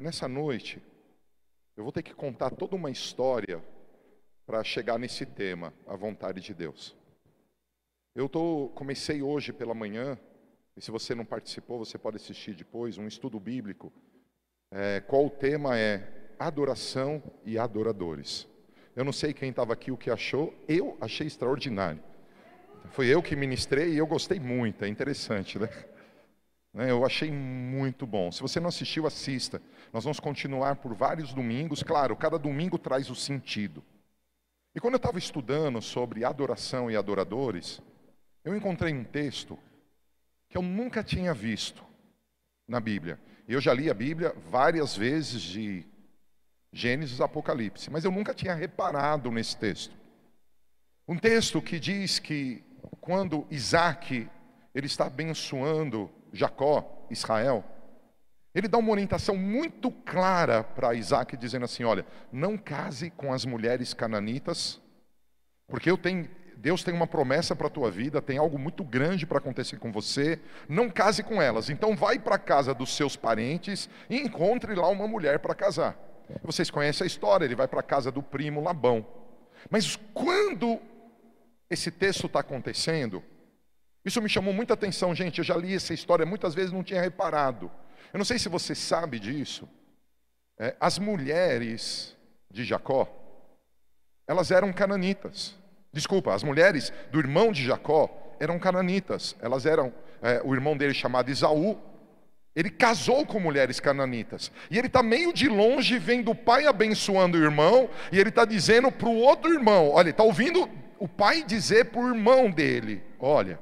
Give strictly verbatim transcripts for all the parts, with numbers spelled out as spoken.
nessa noite, eu vou ter que contar toda uma história para chegar nesse tema, a vontade de Deus. Eu tô, comecei hoje pela manhã, e se você não participou, você pode assistir depois, um estudo bíblico, é, qual o tema é adoração e adoradores. Eu não sei quem estava aqui o que achou, eu achei extraordinário. Foi eu que ministrei e eu gostei muito, é interessante, né? Eu achei muito bom. Se você não assistiu, assista. Nós vamos continuar por vários domingos. Claro, cada domingo traz o sentido. E quando eu estava estudando sobre adoração e adoradores, eu encontrei um texto que eu nunca tinha visto na Bíblia. Eu já li a Bíblia várias vezes, de Gênesis a Apocalipse, mas eu nunca tinha reparado nesse texto. Um texto que diz que quando Isaac ele está abençoando Jacó, Israel, ele dá uma orientação muito clara para Isaac, dizendo assim: olha, não case com as mulheres cananitas, porque eu tenho, Deus tem uma promessa para a tua vida, tem algo muito grande para acontecer com você, não case com elas. Então vai para a casa dos seus parentes e encontre lá uma mulher para casar. Vocês conhecem a história, ele vai para a casa do primo Labão. Mas quando esse texto está acontecendo, isso me chamou muita atenção, gente. Eu já li essa história muitas vezes, não tinha reparado. Eu não sei se você sabe disso. É, as mulheres de Jacó, elas eram cananitas. Desculpa, as mulheres do irmão de Jacó eram cananitas. Elas eram, é, o irmão dele chamado Esaú, ele casou com mulheres cananitas. E ele está meio de longe vendo o pai abençoando o irmão, e ele está dizendo para o outro irmão, olha, está ouvindo o pai dizer para o irmão dele, olha,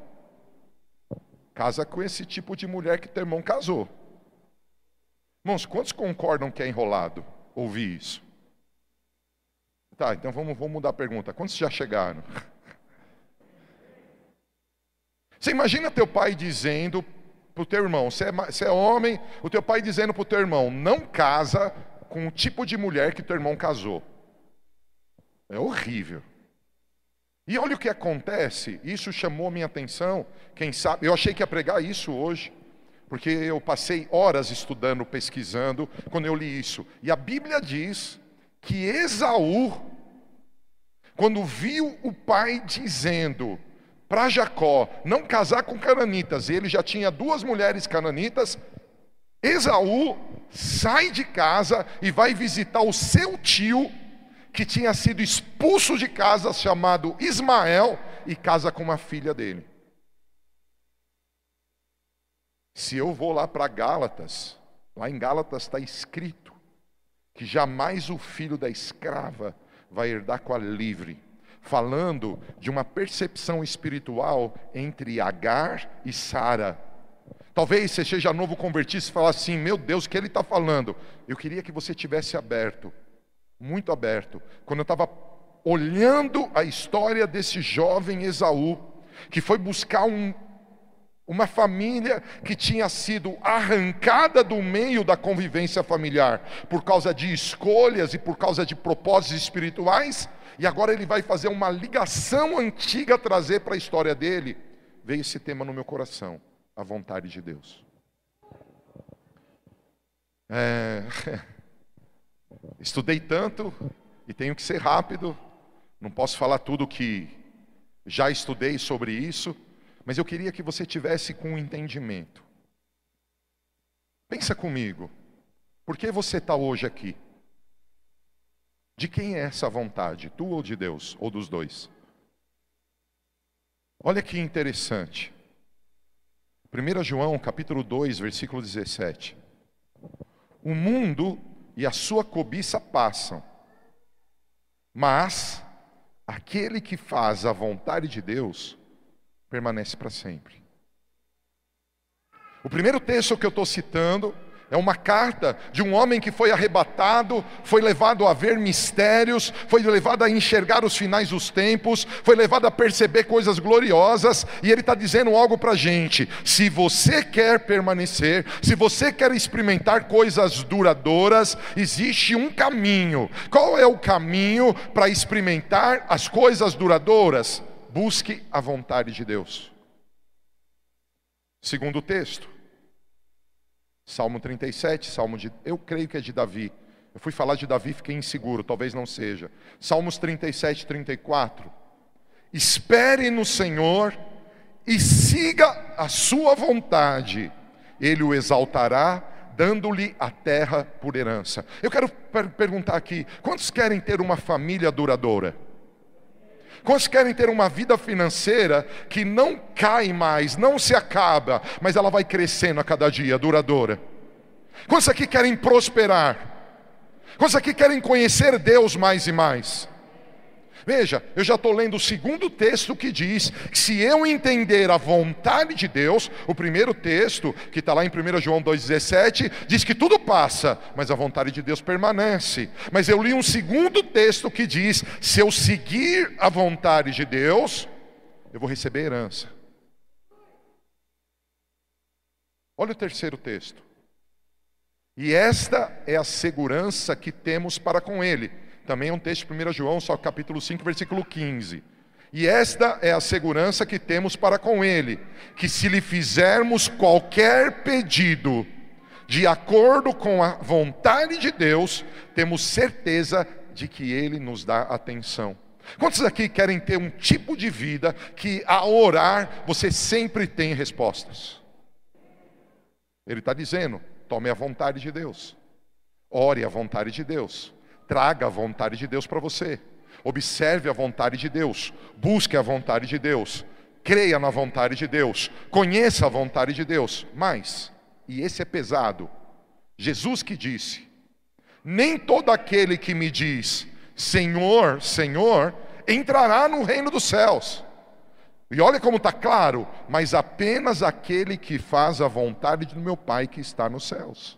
casa com esse tipo de mulher que teu irmão casou. Irmãos, quantos concordam que é enrolado ouvir isso? Tá, então vamos, vamos mudar a pergunta. Quantos já chegaram? Você imagina teu pai dizendo para o teu irmão, você é, você é homem, o teu pai dizendo para o teu irmão, não casa com o tipo de mulher que teu irmão casou. É horrível. E olha o que acontece, isso chamou minha atenção, quem sabe, eu achei que ia pregar isso hoje, porque eu passei horas estudando, pesquisando, quando eu li isso. E a Bíblia diz que Esaú, quando viu o pai dizendo para Jacó não casar com cananitas, ele já tinha duas mulheres cananitas, Esaú sai de casa e vai visitar o seu tio, que tinha sido expulso de casa, chamado Ismael, e casa com uma filha dele. Se eu vou lá para Gálatas, lá em Gálatas está escrito que jamais o filho da escrava vai herdar com a livre, falando de uma percepção espiritual entre Agar e Sara. Talvez você seja novo convertido e fale assim, meu Deus, o que ele está falando? Eu queria que você tivesse aberto, muito aberto, quando eu estava olhando a história desse jovem Esaú, que foi buscar um, uma família que tinha sido arrancada do meio da convivência familiar, por causa de escolhas e por causa de propósitos espirituais, e agora ele vai fazer uma ligação antiga, trazer para a história dele. Veio esse tema no meu coração, a vontade de Deus. É... Estudei tanto e tenho que ser rápido, não posso falar tudo que já estudei sobre isso, mas eu queria que você tivesse com um entendimento. Pensa comigo, por que você está hoje aqui? De quem é essa vontade, tu ou de Deus, ou dos dois? Olha que interessante. primeiro João, capítulo dois, versículo dezessete. O mundo e a sua cobiça passam, mas aquele que faz a vontade de Deus permanece para sempre. O primeiro texto que eu estou citando é uma carta de um homem que foi arrebatado, foi levado a ver mistérios, foi levado a enxergar os finais dos tempos, foi levado a perceber coisas gloriosas, e ele está dizendo algo para a gente: se você quer permanecer, se você quer experimentar coisas duradouras, existe um caminho. Qual é o caminho para experimentar as coisas duradouras? Busque a vontade de Deus. Segundo texto, Salmo trinta e sete, Salmo de, eu creio que é de Davi. Eu fui falar de Davi, fiquei inseguro, talvez não seja. Salmos trinta e sete, trinta e quatro. Espere no Senhor e siga a sua vontade. Ele o exaltará, dando-lhe a terra por herança. Eu quero per- perguntar aqui, quantos querem ter uma família duradoura? Quantos querem ter uma vida financeira que não cai mais, não se acaba, mas ela vai crescendo a cada dia, duradoura? Quantos aqui querem prosperar? Quantos aqui querem conhecer Deus mais e mais? Veja, eu já estou lendo o segundo texto que diz que se eu entender a vontade de Deus, o primeiro texto, que está lá em primeiro João dois, dezessete, diz que tudo passa, mas a vontade de Deus permanece. Mas eu li um segundo texto que diz, se eu seguir a vontade de Deus, eu vou receber herança. Olha o terceiro texto. E esta é a segurança que temos para com Ele. Também é um texto de primeiro João, só capítulo cinco, versículo quinze. E esta é a segurança que temos para com Ele, que se lhe fizermos qualquer pedido, de acordo com a vontade de Deus, temos certeza de que Ele nos dá atenção. Quantos aqui querem ter um tipo de vida que ao orar, você sempre tem respostas? Ele está dizendo, tome a vontade de Deus, ore a vontade de Deus. Traga a vontade de Deus para você. Observe a vontade de Deus. Busque a vontade de Deus. Creia na vontade de Deus. Conheça a vontade de Deus. Mas, e esse é pesado, Jesus que disse, nem todo aquele que me diz, Senhor, Senhor, entrará no reino dos céus. E olha como está claro, mas apenas aquele que faz a vontade do meu Pai que está nos céus.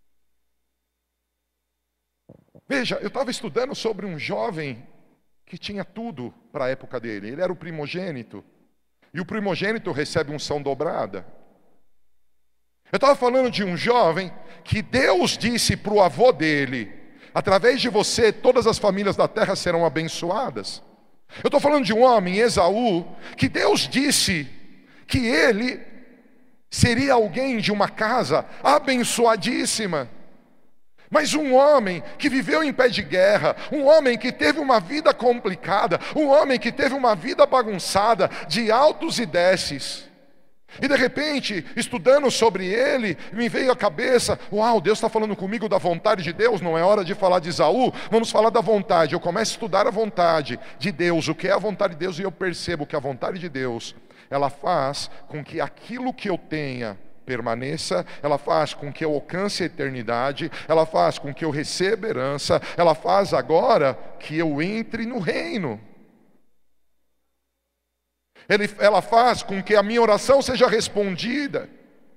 Veja, eu estava estudando sobre um jovem que tinha tudo para a época dele. Ele era o primogênito. E o primogênito recebe unção dobrada. Eu estava falando de um jovem que Deus disse para o avô dele, através de você todas as famílias da terra serão abençoadas. Eu estou falando de um homem, Esaú, que Deus disse que ele seria alguém de uma casa abençoadíssima. Mas um homem que viveu em pé de guerra, um homem que teve uma vida complicada, um homem que teve uma vida bagunçada, de altos e desces. E de repente, estudando sobre ele, me veio à cabeça, uau, Deus está falando comigo da vontade de Deus, não é hora de falar de Esaú, vamos falar da vontade. Eu começo a estudar a vontade de Deus, o que é a vontade de Deus, e eu percebo que a vontade de Deus, ela faz com que aquilo que eu tenha permaneça, ela faz com que eu alcance a eternidade, ela faz com que eu receba herança, ela faz agora que eu entre no reino. Ele, ela faz com que a minha oração seja respondida.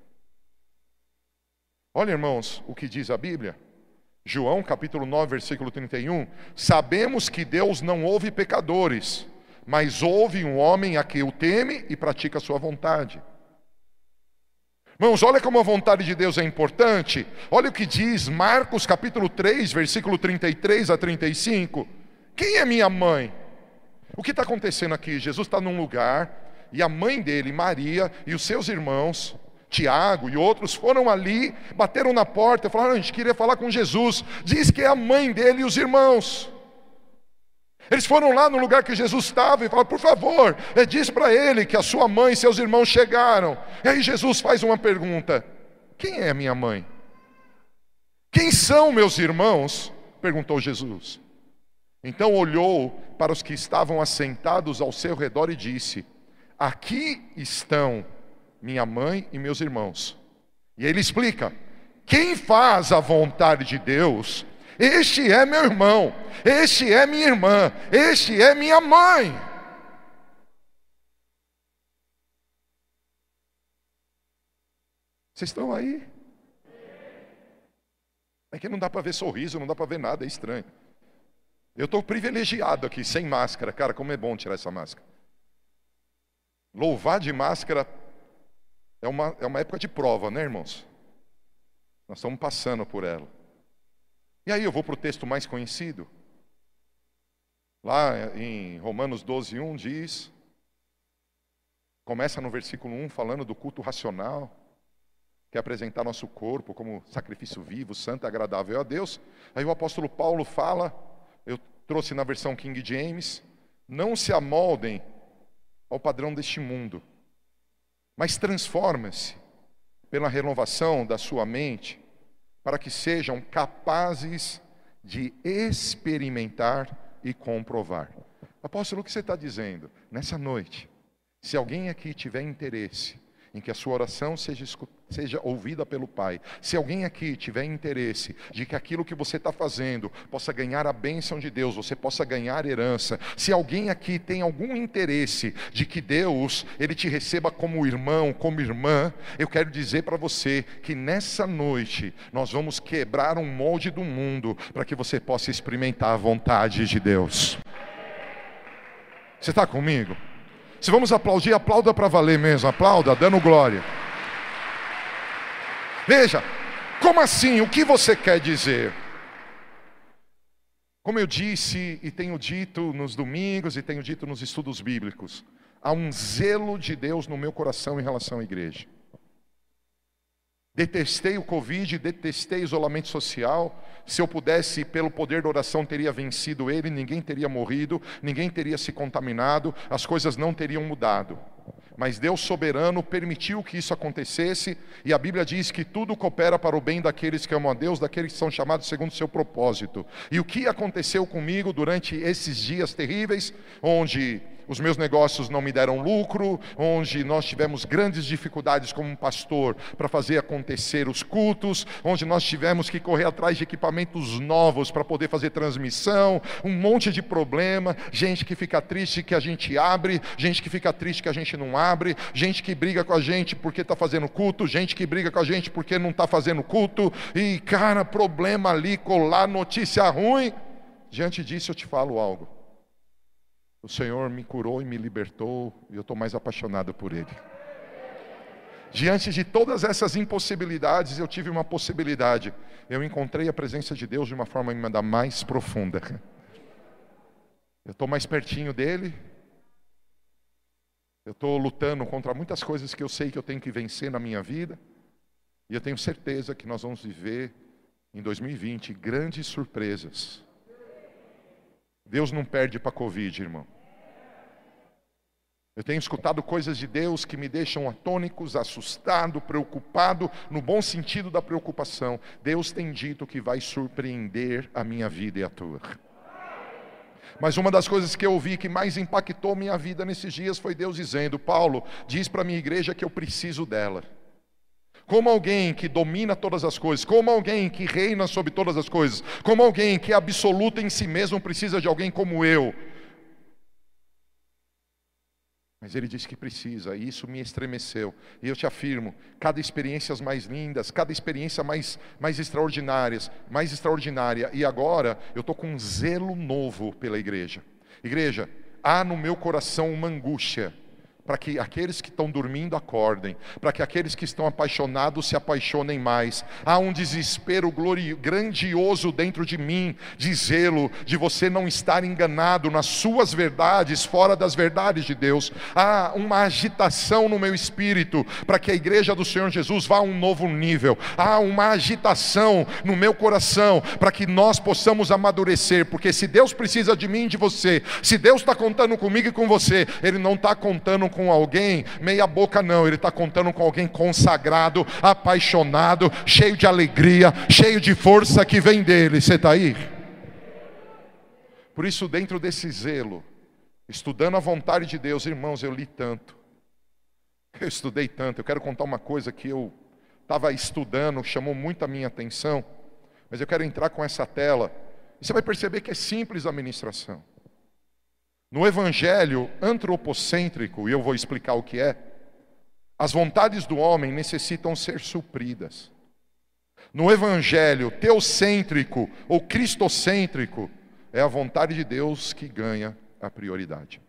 Olha, irmãos, o que diz a Bíblia. João capítulo nove, versículo trinta e um. Sabemos que Deus não ouve pecadores, mas ouve um homem a quem o teme e pratica a sua vontade. Irmãos, olha como a vontade de Deus é importante. Olha o que diz Marcos capítulo três, versículo trinta e três a trinta e cinco. Quem é minha mãe? O que está acontecendo aqui? Jesus está num lugar e a mãe dele, Maria, e os seus irmãos, Tiago e outros, foram ali, bateram na porta e falaram, a gente queria falar com Jesus. Diz que é a mãe dele e os irmãos. Eles foram lá no lugar que Jesus estava e falaram, por favor, diz para ele que a sua mãe e seus irmãos chegaram. E aí Jesus faz uma pergunta, quem é minha mãe? Quem são meus irmãos? Perguntou Jesus. Então olhou para os que estavam assentados ao seu redor e disse, aqui estão minha mãe e meus irmãos. E ele explica, quem faz a vontade de Deus, este é meu irmão, este é minha irmã, este é minha mãe. Vocês estão aí? É que não dá para ver sorriso, não dá para ver nada, é estranho. Eu estou privilegiado aqui, sem máscara. Cara, como é bom tirar essa máscara. Louvar de máscara é uma, é uma época de prova, né, irmãos? Nós estamos passando por ela. E aí eu vou para o texto mais conhecido. Lá em Romanos doze, um diz, começa no versículo um falando do culto racional. quer apresentar nosso corpo como sacrifício vivo, santo e agradável a Deus. Aí o apóstolo Paulo fala, eu trouxe na versão King James, não se amoldem ao padrão deste mundo, mas transformem-se pela renovação da sua mente, para que sejam capazes de experimentar e comprovar. Apóstolo, o que você está dizendo? Nessa noite, se alguém aqui tiver interesse em que a sua oração seja, seja ouvida pelo Pai, se alguém aqui tiver interesse de que aquilo que você está fazendo possa ganhar a bênção de Deus, você possa ganhar herança, se alguém aqui tem algum interesse de que Deus, Ele te receba como irmão, como irmã, eu quero dizer para você que nessa noite nós vamos quebrar um molde do mundo para que você possa experimentar a vontade de Deus. Você está comigo? Se vamos aplaudir, aplauda para valer mesmo, aplauda, dando glória. Veja, como assim? O que você quer dizer? Como eu disse e tenho dito nos domingos e tenho dito nos estudos bíblicos, há um zelo de Deus no meu coração em relação à igreja. Detestei o Covid, detestei o isolamento social. Se eu pudesse, pelo poder da oração, teria vencido ele, ninguém teria morrido, ninguém teria se contaminado, as coisas não teriam mudado. Mas Deus soberano permitiu que isso acontecesse, e a Bíblia diz que tudo coopera para o bem daqueles que amam a Deus, daqueles que são chamados segundo o seu propósito. E o que aconteceu comigo durante esses dias terríveis, onde os meus negócios não me deram lucro, onde nós tivemos grandes dificuldades como um pastor para fazer acontecer os cultos, onde nós tivemos que correr atrás de equipamentos novos para poder fazer transmissão, um monte de problema, gente que fica triste que a gente abre, gente que fica triste que a gente não abre, gente que briga com a gente porque está fazendo culto, gente que briga com a gente porque não está fazendo culto, e cara, problema ali, colar, notícia ruim. Diante disso eu te falo algo. O Senhor me curou e me libertou, e eu estou mais apaixonado por Ele. Diante de todas essas impossibilidades, eu tive uma possibilidade. Eu encontrei a presença de Deus de uma forma ainda mais profunda. Eu estou mais pertinho dEle. Eu estou lutando contra muitas coisas que eu sei que eu tenho que vencer na minha vida. E eu tenho certeza que nós vamos viver, em dois mil e vinte, grandes surpresas. Deus não perde para a Covid, irmão. Eu tenho escutado coisas de Deus que me deixam atônicos, assustado, preocupado, no bom sentido da preocupação. Deus tem dito que vai surpreender a minha vida e a tua. Mas uma das coisas que eu ouvi que mais impactou minha vida nesses dias foi Deus dizendo: Paulo, diz para a minha igreja que eu preciso dela. Como alguém que domina todas as coisas, como alguém que reina sobre todas as coisas, como alguém que é absoluto em si mesmo, precisa de alguém como eu. Mas ele disse que precisa, e isso me estremeceu. E eu te afirmo, cada experiência mais lindas, cada experiência mais, mais extraordinárias, mais extraordinária. E agora eu estou com um zelo novo pela igreja. Igreja, há no meu coração uma angústia, para que aqueles que estão dormindo acordem, para que aqueles que estão apaixonados se apaixonem mais. Há um desespero glorioso, grandioso dentro de mim, de zelo, de você não estar enganado nas suas verdades, fora das verdades de Deus. Há uma agitação no meu espírito, para que a igreja do Senhor Jesus vá a um novo nível. Há uma agitação no meu coração, para que nós possamos amadurecer, porque se Deus precisa de mim e de você, se Deus está contando comigo e com você, Ele não está contando com com alguém meia boca não, Ele está contando com alguém consagrado, apaixonado, cheio de alegria, cheio de força que vem dEle. Você está aí? Por isso, dentro desse zelo, estudando a vontade de Deus, irmãos, eu li tanto, eu estudei tanto. Eu quero contar uma coisa que eu estava estudando, chamou muito a minha atenção, mas eu quero entrar com essa tela, e você vai perceber que é simples a ministração. No evangelho antropocêntrico, e eu vou explicar o que é, as vontades do homem necessitam ser supridas. No evangelho teocêntrico ou cristocêntrico, é a vontade de Deus que ganha a prioridade.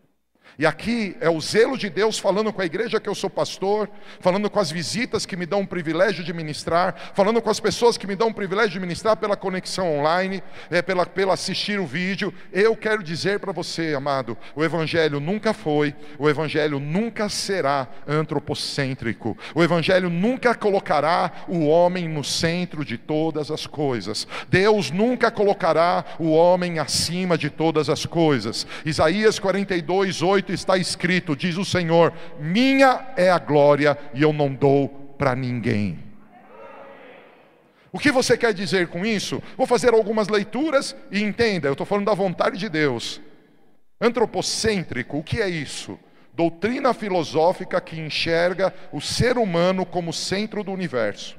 E aqui é o zelo de Deus falando com a igreja que eu sou pastor, falando com as visitas que me dão o privilégio de ministrar, falando com as pessoas que me dão o privilégio de ministrar pela conexão online, é, pela, pela assistir o vídeo. Eu quero dizer para você, amado, o Evangelho nunca foi, o Evangelho nunca será antropocêntrico. O Evangelho nunca colocará o homem no centro de todas as coisas. Deus nunca colocará o homem acima de todas as coisas. Isaías quarenta e dois, oito está escrito, diz o Senhor: minha é a glória e eu não dou para ninguém. O que você quer dizer com isso? Vou fazer algumas leituras e entenda, eu estou falando da vontade de Deus. Antropocêntrico, o que é isso? Doutrina filosófica que enxerga o ser humano como centro do universo,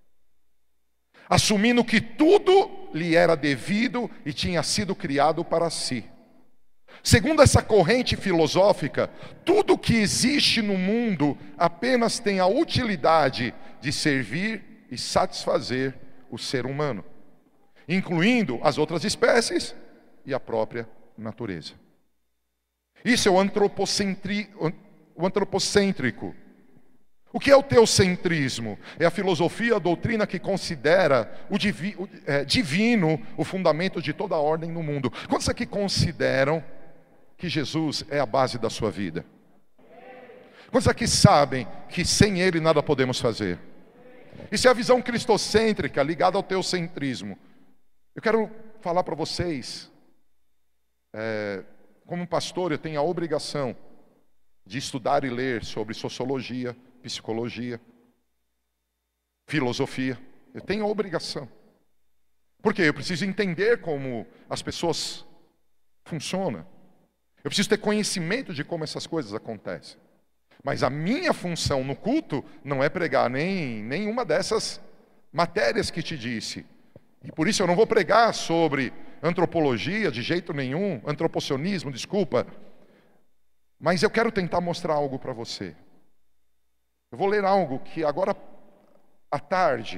assumindo que tudo lhe era devido e tinha sido criado para si. Segundo essa corrente filosófica, tudo que existe no mundo apenas tem a utilidade de servir e satisfazer o ser humano, incluindo as outras espécies e a própria natureza. Isso é o, antropocentri... o antropocêntrico. O que é o teocentrismo? É a filosofia, a doutrina que considera o divi... é, divino o fundamento de toda a ordem no mundo. Quantos aqui consideram que Jesus é a base da sua vida? Quantos aqui sabem que sem Ele nada podemos fazer? Isso é a visão cristocêntrica ligada ao teocentrismo. Eu quero falar para vocês, é, como pastor, eu tenho a obrigação de estudar e ler sobre sociologia, psicologia, filosofia. Eu tenho a obrigação. Por quê? Eu preciso entender como as pessoas funcionam. Eu preciso ter conhecimento de como essas coisas acontecem. Mas a minha função no culto não é pregar nem nenhuma dessas matérias que te disse. E por isso eu não vou pregar sobre antropologia de jeito nenhum, antropocionismo, desculpa. Mas eu quero tentar mostrar algo para você. Eu vou ler algo que agora à tarde,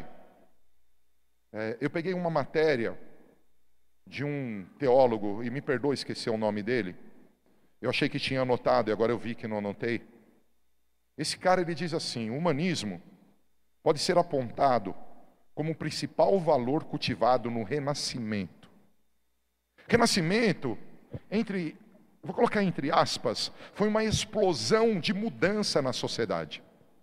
é, eu peguei uma matéria de um teólogo, e me perdoe esquecer o nome dele. Eu achei que tinha anotado e agora eu vi que não anotei. Esse cara, ele diz assim: o humanismo pode ser apontado como o principal valor cultivado no Renascimento. Renascimento, entre, vou colocar entre aspas, foi uma explosão de mudança na sociedade.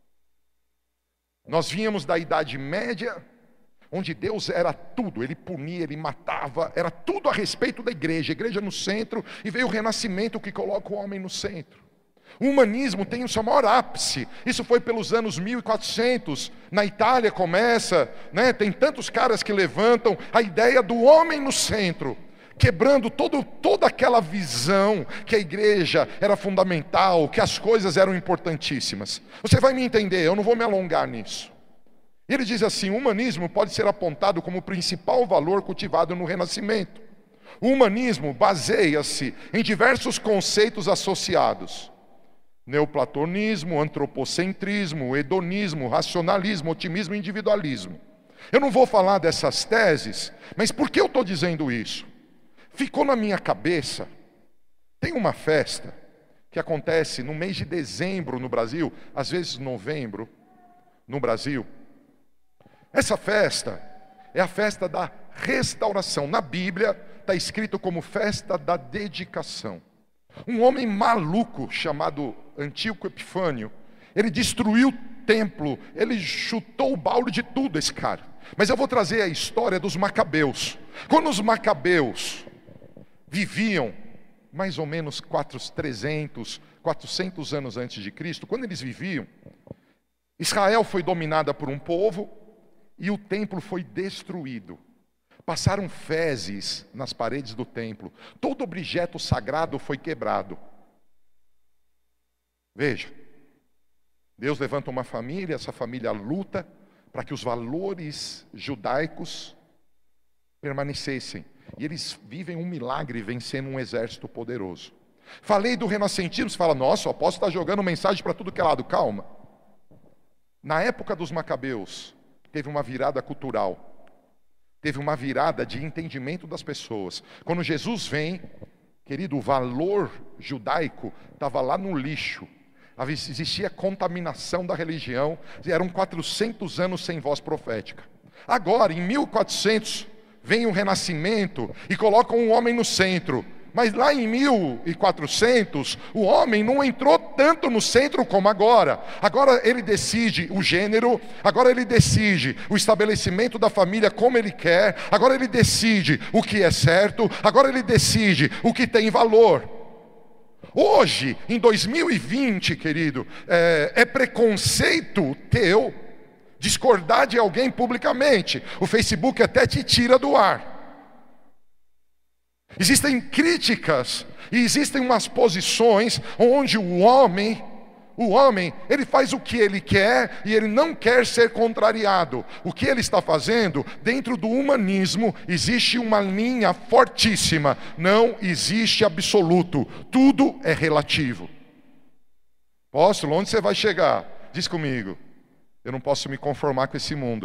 Nós vínhamos da Idade Média, onde Deus era tudo, Ele punia, Ele matava, era tudo a respeito da igreja, a igreja no centro, e veio o Renascimento que coloca o homem no centro. O humanismo tem o seu maior ápice, isso foi pelos anos mil e quatrocentos, na Itália começa, né, tem tantos caras que levantam a ideia do homem no centro, quebrando todo, toda aquela visão que a igreja era fundamental, que as coisas eram importantíssimas. Você vai me entender, eu não vou me alongar nisso. Ele diz assim: o humanismo pode ser apontado como o principal valor cultivado no Renascimento. O humanismo baseia-se em diversos conceitos associados: neoplatonismo, antropocentrismo, hedonismo, racionalismo, otimismo e individualismo. Eu não vou falar dessas teses, mas por que eu estou dizendo isso? Ficou na minha cabeça, tem uma festa que acontece no mês de dezembro no Brasil, às vezes novembro no Brasil. Essa festa é a festa da restauração. Na Bíblia está escrito como festa da dedicação. Um homem maluco chamado Antíoco Epifânio, ele destruiu o templo, ele chutou o balde de tudo, esse cara. Mas eu vou trazer a história dos macabeus. Quando os macabeus viviam mais ou menos trezentos, quatrocentos anos antes de Cristo, quando eles viviam, Israel foi dominada por um povo e o templo foi destruído. Passaram fezes nas paredes do templo. Todo objeto sagrado foi quebrado. Veja, Deus levanta uma família, essa família luta para que os valores judaicos permanecessem. E eles vivem um milagre vencendo um exército poderoso. Falei do renascentismo, você fala: nossa, o apóstolo está jogando mensagem para tudo que é lado. Calma. Na época dos macabeus, teve uma virada cultural. Teve uma virada de entendimento das pessoas. Quando Jesus vem, Querido, o valor judaico estava lá no lixo. Existia contaminação da religião. Eram quatrocentos anos sem voz profética. Agora, em mil e quatrocentos, vem o Renascimento e colocam um homem no centro. Mas lá em mil e quatrocentos, o homem não entrou tanto no centro como agora. Agora ele decide o gênero, agora ele decide o estabelecimento da família como ele quer, agora ele decide o que é certo, agora ele decide o que tem valor. Hoje, em dois mil e vinte, querido, é, é preconceito teu discordar de alguém publicamente. O Facebook até te tira do ar. Existem críticas e existem umas posições onde o homem, o homem, ele faz o que ele quer e ele não quer ser contrariado. O que ele está fazendo? Dentro do humanismo existe uma linha fortíssima. Não existe absoluto. Tudo é relativo. Apóstolo, onde você vai chegar? Diz comigo. Eu não posso me conformar com esse mundo.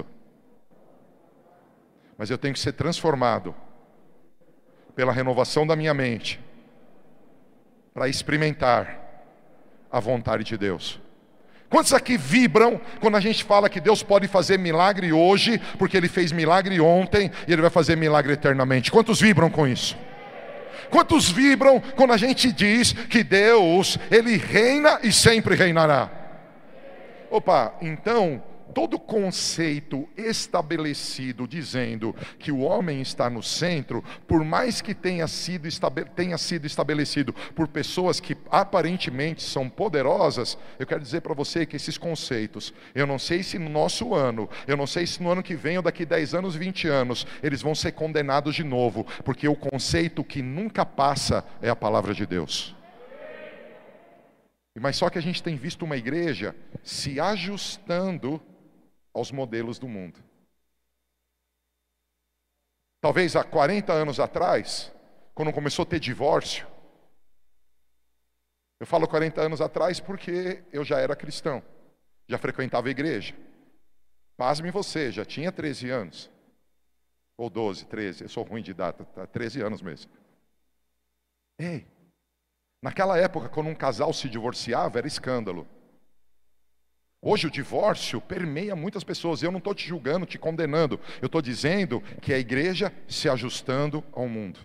Mas eu tenho que ser transformado pela renovação da minha mente, para experimentar a vontade de Deus. Quantos aqui vibram quando a gente fala que Deus pode fazer milagre hoje, porque Ele fez milagre ontem, e Ele vai fazer milagre eternamente? Quantos vibram com isso? Quantos vibram quando a gente diz que Deus, Ele reina e sempre reinará? Opa, então, todo conceito estabelecido dizendo que o homem está no centro, por mais que tenha sido, tenha sido estabelecido por pessoas que aparentemente são poderosas, eu quero dizer para você que esses conceitos, eu não sei se no nosso ano, eu não sei se no ano que vem ou daqui dez anos, vinte anos, eles vão ser condenados de novo, porque o conceito que nunca passa é a palavra de Deus. Mas só que a gente tem visto uma igreja se ajustando aos modelos do mundo. Talvez há quarenta anos atrás, quando começou a ter divórcio, eu falo quarenta anos atrás porque eu já era cristão, já frequentava a igreja. Pasme você, já tinha treze anos, ou doze, treze, eu sou ruim de data, tá? treze anos mesmo. Ei, naquela época, quando um casal se divorciava, era escândalo. Hoje o divórcio permeia muitas pessoas. Eu não estou te julgando, te condenando. Eu estou dizendo que é a igreja se ajustando ao mundo.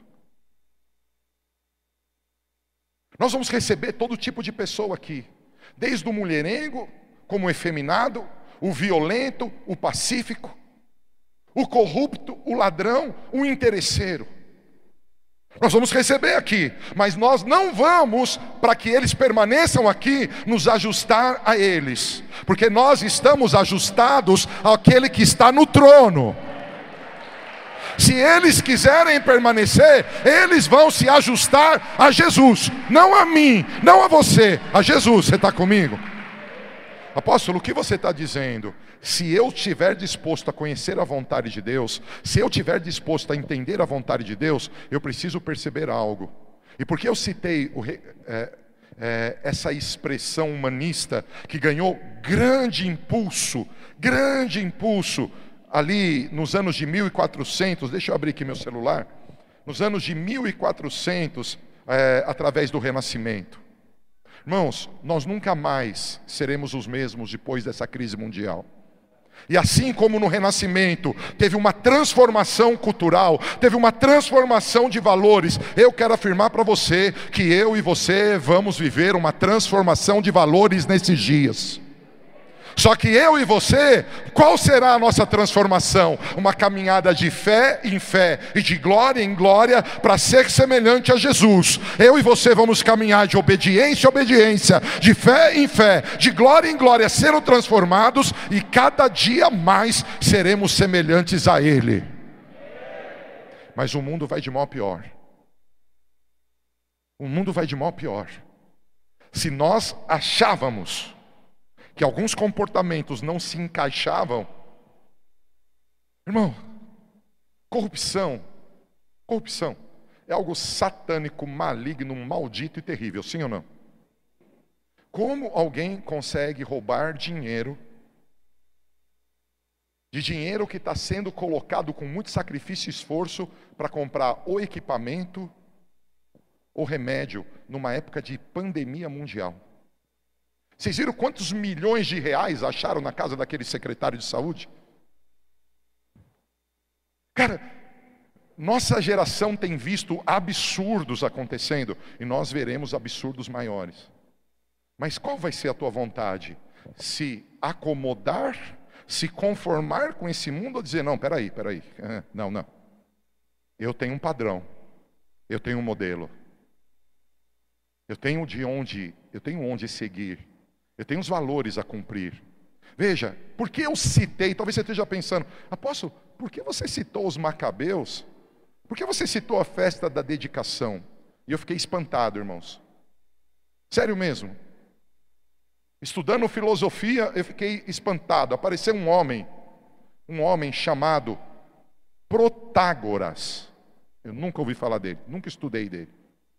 Nós vamos receber todo tipo de pessoa aqui. Desde o mulherengo, como o efeminado, o violento, o pacífico, o corrupto, o ladrão, o interesseiro. Nós vamos receber aqui, mas nós não vamos, para que eles permaneçam aqui, nos ajustar a eles, porque nós estamos ajustados àquele que está no trono. Se eles quiserem permanecer, eles vão se ajustar a Jesus, não a mim, não a você, a Jesus. Você está comigo? Apóstolo, o que você está dizendo? Se eu estiver disposto a conhecer a vontade de Deus, se eu estiver disposto a entender a vontade de Deus, eu preciso perceber algo. E por que eu citei o, é, é, essa expressão humanista que ganhou grande impulso, grande impulso, ali nos anos de mil e quatrocentos, deixa eu abrir aqui meu celular, nos anos de mil e quatrocentos, é, através do Renascimento. Irmãos, nós nunca mais seremos os mesmos depois dessa crise mundial. E assim como no Renascimento teve uma transformação cultural, teve uma transformação de valores, eu quero afirmar para você que eu e você vamos viver uma transformação de valores nesses dias. Só que eu e você, qual será a nossa transformação? Uma caminhada de fé em fé e de glória em glória para ser semelhante a Jesus. Eu e você vamos caminhar de obediência em obediência, de fé em fé, de glória em glória, sendo transformados, e cada dia mais seremos semelhantes a Ele. Mas o mundo vai de mal a pior. O mundo vai de mal a pior. Se nós achávamos que alguns comportamentos não se encaixavam, irmão, corrupção, corrupção é algo satânico, maligno, maldito e terrível, sim ou não? Como alguém consegue roubar dinheiro, de dinheiro que está sendo colocado com muito sacrifício e esforço para comprar o equipamento, o remédio numa época de pandemia mundial. Vocês viram quantos milhões de reais acharam na casa daquele secretário de saúde? Cara, nossa geração tem visto absurdos acontecendo e nós veremos absurdos maiores. Mas qual vai ser a tua vontade? Se acomodar, se conformar com esse mundo ou dizer, não, peraí, peraí, não, não. Eu tenho um padrão, eu tenho um modelo. Eu tenho de onde, eu tenho onde seguir. Eu tenho os valores a cumprir. Veja, por que eu citei, talvez você esteja pensando, apóstolo, por que você citou os macabeus? Por que você citou a festa da dedicação? E eu fiquei espantado, irmãos. Sério mesmo. Estudando filosofia, eu fiquei espantado. Apareceu um homem, um homem chamado Protágoras. Eu nunca ouvi falar dele, nunca estudei dele.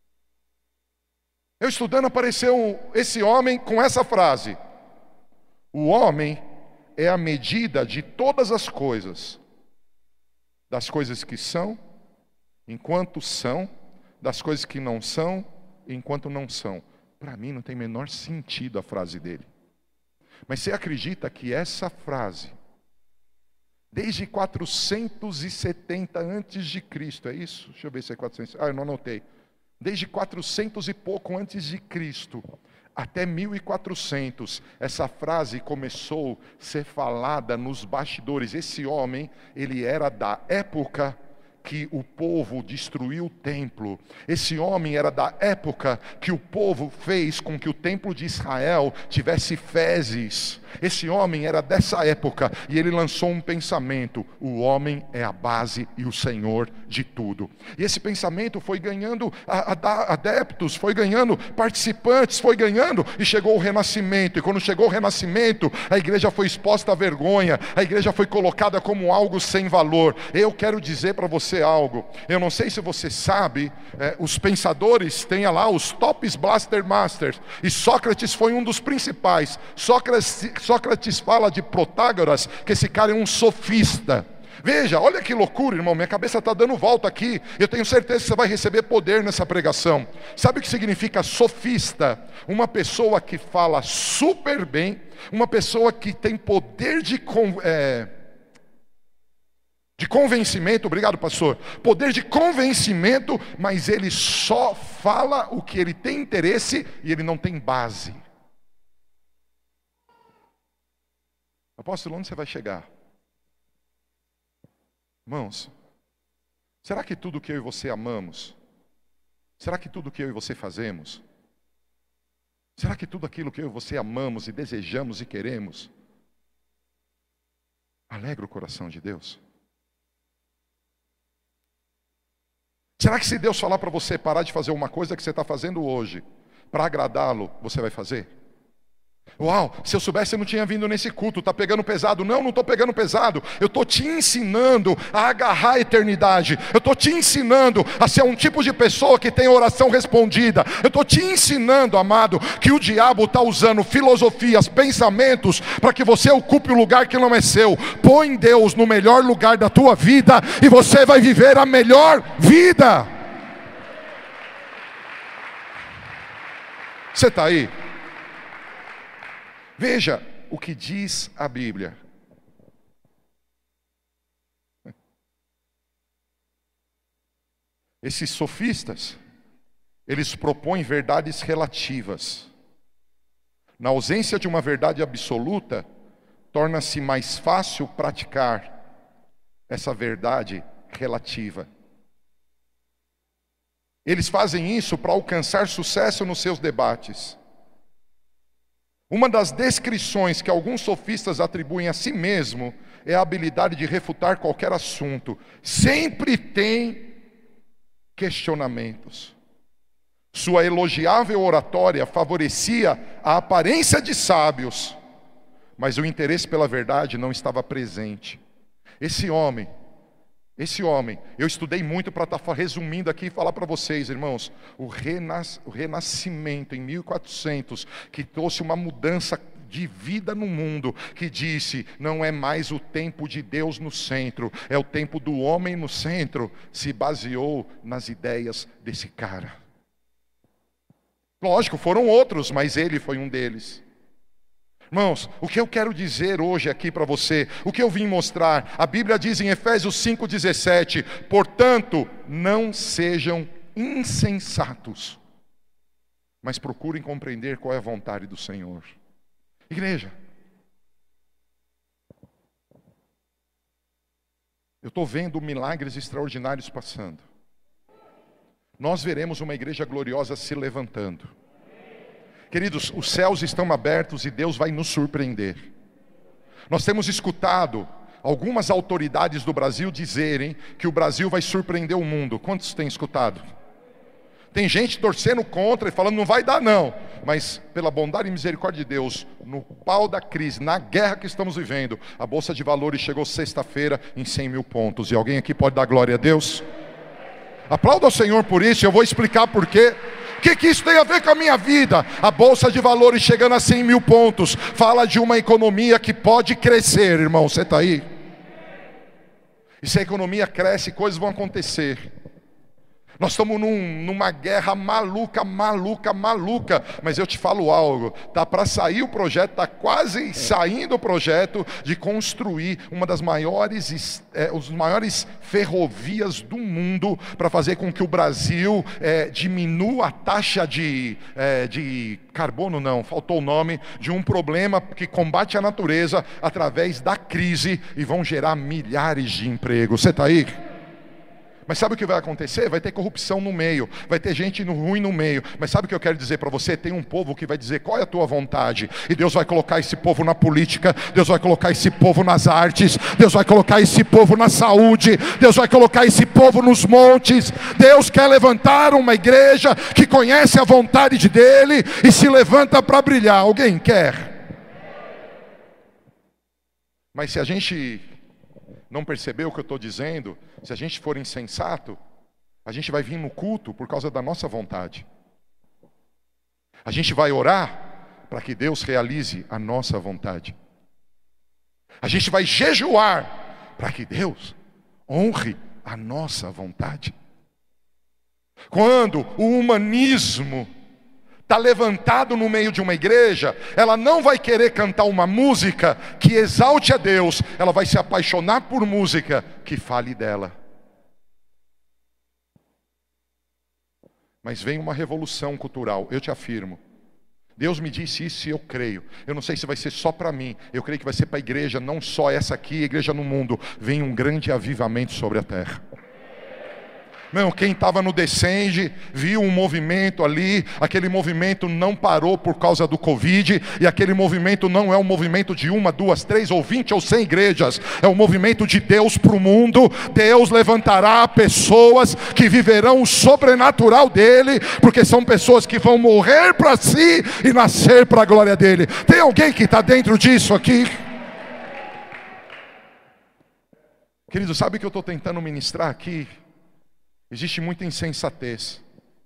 Eu estudando, apareceu esse homem com essa frase: o homem é a medida de todas as coisas, das coisas que são, enquanto são, das coisas que não são, enquanto não são. Para mim não tem menor sentido a frase dele. Mas você acredita que essa frase, desde quatrocentos e setenta antes de Cristo, é isso? Deixa eu ver se é quatrocentos. Ah, eu não anotei. Desde quatrocentos e pouco antes de Cristo até mil e quatrocentos, essa frase começou a ser falada nos bastidores. Esse homem, ele era da época que o povo destruiu o templo. Esse homem era da época que o povo fez com que o templo de Israel tivesse fezes. Esse homem era dessa época e ele lançou um pensamento: o homem é a base e o Senhor de tudo. E esse pensamento foi ganhando adeptos, foi ganhando participantes, foi ganhando, e chegou o Renascimento. E quando chegou o Renascimento, a igreja foi exposta à vergonha, a igreja foi colocada como algo sem valor. Eu quero dizer para você algo, eu não sei se você sabe, é, os pensadores têm lá os Tops Blaster Masters, e Sócrates foi um dos principais. Sócrates, Sócrates fala de Protágoras, que esse cara é um sofista. Veja, olha que loucura, irmão, minha cabeça está dando volta aqui. Eu tenho certeza que você vai receber poder nessa pregação. Sabe o que significa sofista? Uma pessoa que fala super bem, uma pessoa que tem poder de, é, de convencimento. Obrigado, pastor. Poder de convencimento, mas ele só fala o que ele tem interesse e ele não tem base. Apóstolo, onde você vai chegar? Irmãos, será que tudo que eu e você amamos, será que tudo que eu e você fazemos, será que tudo aquilo que eu e você amamos e desejamos e queremos, alegra o coração de Deus? Será que se Deus falar para você parar de fazer uma coisa que você está fazendo hoje, para agradá-lo, você vai fazer? Uau, se eu soubesse eu não tinha vindo nesse culto, está pegando pesado. Não, não estou pegando pesado. Eu estou te ensinando a agarrar a eternidade. Eu estou te ensinando a ser um tipo de pessoa que tem oração respondida. Eu estou te ensinando, amado, que o diabo está usando filosofias, pensamentos, para que você ocupe o lugar que não é seu. Põe Deus no melhor lugar da tua vida e você vai viver a melhor vida. Você está aí? Veja o que diz a Bíblia. Esses sofistas, eles propõem verdades relativas. Na ausência de uma verdade absoluta, torna-se mais fácil praticar essa verdade relativa. Eles fazem isso para alcançar sucesso nos seus debates. Uma das descrições que alguns sofistas atribuem a si mesmo é a habilidade de refutar qualquer assunto. Sempre tem questionamentos. Sua elogiável oratória favorecia a aparência de sábios, mas o interesse pela verdade não estava presente. Esse homem, esse homem, eu estudei muito para estar resumindo aqui e falar para vocês, irmãos, o, renas, o renascimento em mil e quatrocentos, que trouxe uma mudança de vida no mundo, que disse, não é mais o tempo de Deus no centro, é o tempo do homem no centro, se baseou nas ideias desse cara. Lógico, foram outros, mas ele foi um deles. Irmãos, o que eu quero dizer hoje aqui para você, o que eu vim mostrar, a Bíblia diz em Efésios cinco, dezessete, portanto, não sejam insensatos, mas procurem compreender qual é a vontade do Senhor. Igreja, eu estou vendo milagres extraordinários passando. Nós veremos uma igreja gloriosa se levantando. Queridos, os céus estão abertos e Deus vai nos surpreender. Nós temos escutado algumas autoridades do Brasil dizerem que o Brasil vai surpreender o mundo. Quantos têm escutado? Tem gente torcendo contra e falando não vai dar não. Mas pela bondade e misericórdia de Deus, no pau da crise, na guerra que estamos vivendo, a Bolsa de Valores chegou sexta-feira em cem mil pontos. E alguém aqui pode dar glória a Deus? Aplauda ao Senhor por isso, eu vou explicar por quê. O que, que isso tem a ver com a minha vida? A Bolsa de Valores chegando a cem mil pontos, fala de uma economia que pode crescer, irmão, você está aí? E se a economia cresce, coisas vão acontecer. Nós estamos num, numa guerra maluca, maluca, maluca. Mas eu te falo algo, tá para sair o projeto, está quase saindo o projeto de construir uma das maiores, é, os maiores ferrovias do mundo para fazer com que o Brasil é, diminua a taxa de, é, de carbono, não, faltou o nome, de um problema que combate a natureza através da crise e vão gerar milhares de empregos. Você está aí? Mas sabe o que vai acontecer? Vai ter corrupção no meio, vai ter gente ruim no meio. Mas sabe o que eu quero dizer para você? Tem um povo que vai dizer qual é a tua vontade. E Deus vai colocar esse povo na política, Deus vai colocar esse povo nas artes, Deus vai colocar esse povo na saúde, Deus vai colocar esse povo nos montes. Deus quer levantar uma igreja que conhece a vontade de dele e se levanta para brilhar. Alguém quer? Mas se a gente não percebeu o que eu estou dizendo, se a gente for insensato, a gente vai vir no culto por causa da nossa vontade. A gente vai orar para que Deus realize a nossa vontade. A gente vai jejuar para que Deus honre a nossa vontade. Quando o humanismo está levantado no meio de uma igreja, ela não vai querer cantar uma música que exalte a Deus, ela vai se apaixonar por música que fale dela. Mas vem uma revolução cultural, eu te afirmo. Deus me disse isso e eu creio. Eu não sei se vai ser só para mim, eu creio que vai ser para a igreja, não só essa aqui, a igreja no mundo. Vem um grande avivamento sobre a terra. Não, quem estava no Descende viu um movimento ali, aquele movimento não parou por causa do Covid, e aquele movimento não é um movimento de uma, duas, três ou vinte ou cem igrejas, é um movimento de Deus para o mundo. Deus levantará pessoas que viverão o sobrenatural dele, porque são pessoas que vão morrer para si e nascer para a glória dele. Tem alguém que está dentro disso aqui? Querido, sabe o que eu estou tentando ministrar aqui? Existe muita insensatez.